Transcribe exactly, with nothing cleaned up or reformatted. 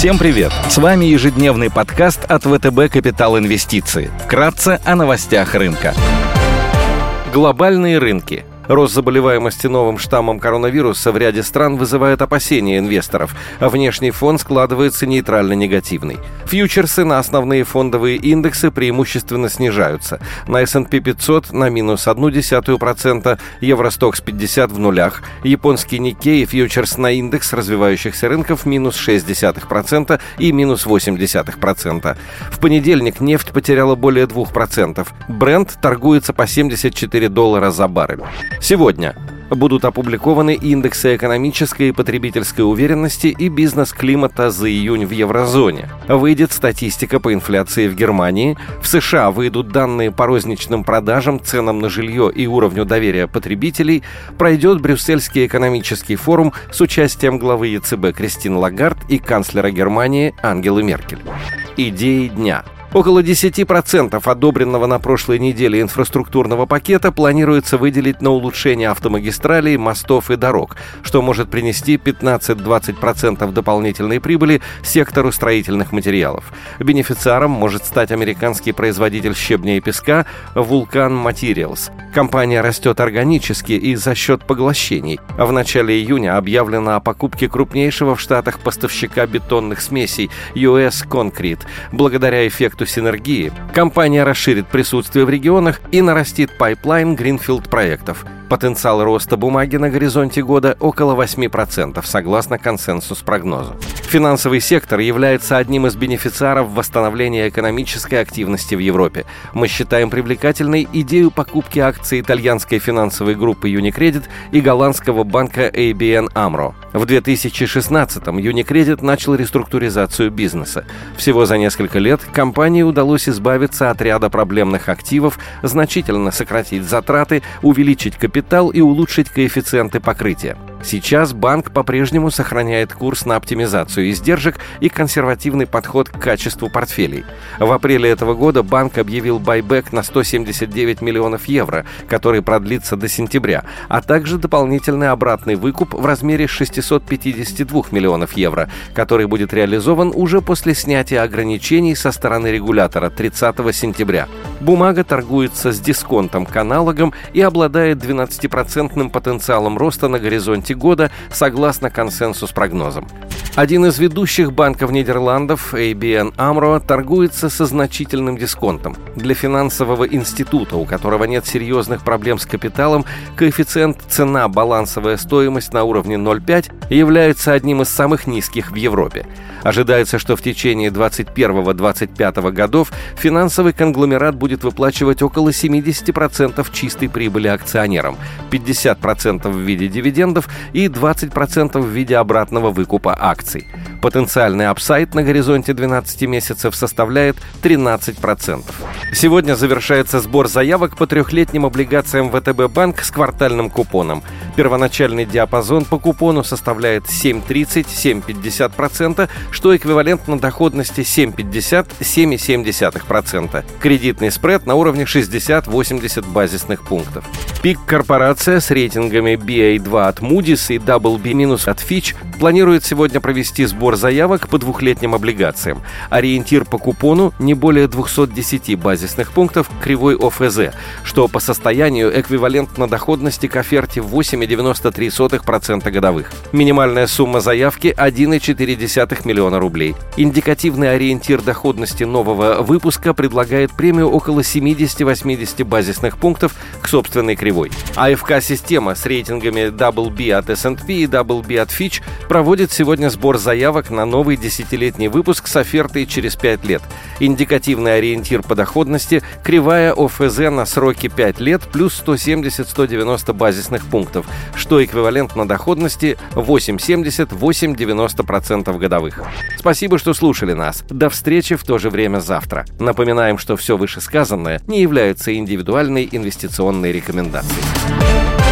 Всем привет! С вами ежедневный подкаст от ВТБ «Капитал Инвестиции». Вкратце о новостях рынка. Глобальные рынки. Рост заболеваемости новым штаммом коронавируса в ряде стран вызывает опасения инвесторов, а внешний фон складывается нейтрально-негативный. Фьючерсы на основные фондовые индексы преимущественно снижаются. На эс энд пи пятьсот на минус ноль целых одна десятая процента, Евростокс пятьдесят в нулях, японский Никкей фьючерс на индекс развивающихся рынков минус шесть десятых процента и минус восемь десятых процента. В понедельник нефть потеряла более двух процентов. Брент торгуется по семьдесят четыре доллара за баррель. Сегодня будут опубликованы индексы экономической и потребительской уверенности и бизнес-климата за июнь в еврозоне. Выйдет статистика по инфляции в Германии. В США выйдут данные по розничным продажам, ценам на жилье и уровню доверия потребителей. Пройдет Брюссельский экономический форум с участием главы е цэ бэ Кристин Лагард и канцлера Германии Ангелы Меркель. Идеи дня. Около десять процентов одобренного на прошлой неделе инфраструктурного пакета планируется выделить на улучшение автомагистралей, мостов и дорог, что может принести пятнадцать-двадцать процентов дополнительной прибыли сектору строительных материалов. Бенефициаром может стать американский производитель щебня и песка Vulcan Materials. Компания растет органически и за счет поглощений. В начале июня объявлено о покупке крупнейшего в Штатах поставщика бетонных смесей ю эс Concrete. Благодаря эффекту синергии компания расширит присутствие в регионах и нарастит пайплайн гринфилд проектов. Потенциал роста бумаги на горизонте года около восемь процентов, согласно консенсус-прогнозу. Финансовый сектор является одним из бенефициаров восстановления экономической активности в Европе. Мы считаем привлекательной идею покупки акций итальянской финансовой группы Unicredit и голландского банка эй би эн AMRO. В две тысячи шестнадцатом Unicredit начал реструктуризацию бизнеса. Всего за несколько лет компании удалось избавиться от ряда проблемных активов, значительно сократить затраты, увеличить капитал и улучшить коэффициенты покрытия. Сейчас банк по-прежнему сохраняет курс на оптимизацию издержек и консервативный подход к качеству портфелей. В апреле этого года банк объявил байбек на сто семьдесят девять миллионов евро, который продлится до сентября, а также дополнительный обратный выкуп в размере шестьсот пятьдесят два миллионов евро, который будет реализован уже после снятия ограничений со стороны регулятора тридцатого сентября. Бумага торгуется с дисконтом к аналогам и обладает двенадцатипроцентным потенциалом роста на горизонте года, согласно консенсус-прогнозам. Один из ведущих банков Нидерландов, эй би эн AMRO, торгуется со значительным дисконтом. Для финансового института, у которого нет серьезных проблем с капиталом, коэффициент цена-балансовая стоимость на уровне ноль целых пять десятых является одним из самых низких в Европе. Ожидается, что в течение двадцать первого - двадцать пятого годов финансовый конгломерат будет выплачивать около семьдесят процентов чистой прибыли акционерам, пятьдесят процентов в виде дивидендов и двадцать процентов в виде обратного выкупа акций. Потенциальный апсайд на горизонте двенадцати месяцев составляет тринадцать процентов. Сегодня завершается сбор заявок по трехлетним облигациям вэ тэ бэ банк с квартальным купоном. Первоначальный диапазон по купону составляет семь целых тридцать - семь целых пятьдесят сотых процента, что эквивалентно доходности семь целых пятьдесят - семь целых семь десятых процента. Кредитный спред на уровне шестьдесят-восемьдесят базисных пунктов. Пик корпорация с рейтингами би эй два от Moody's и дабл би минус от Fitch планирует сегодня провести сбор заявок по двухлетним облигациям. Ориентир по купону не более двухсот десяти базисных пунктов кривой о эф зэ, что по состоянию эквивалентно доходности к оферте восемь целых девяносто три сотых процента годовых. Минимальная сумма заявки один целых четыре десятых миллиона рублей. Индикативный ориентир доходности нового выпуска предлагает премию около семидесяти-восьмидесяти базисных пунктов к собственной кривой. а эф ка-система с рейтингами дабл би от эс энд пи и дабл би от Fitch проводит сегодня сбор заявок на новый десятилетний выпуск с офертой через пять лет. Индикативный ориентир по доходности – кривая о эф зэ на сроки пять лет плюс сто семьдесят - сто девяносто базисных пунктов, что эквивалентно доходности восемь целых семьдесят - восемь целых девяносто процентов годовых. Спасибо, что слушали нас. До встречи в то же время завтра. Напоминаем, что все вышесказанное не является индивидуальной инвестиционной рекомендацией.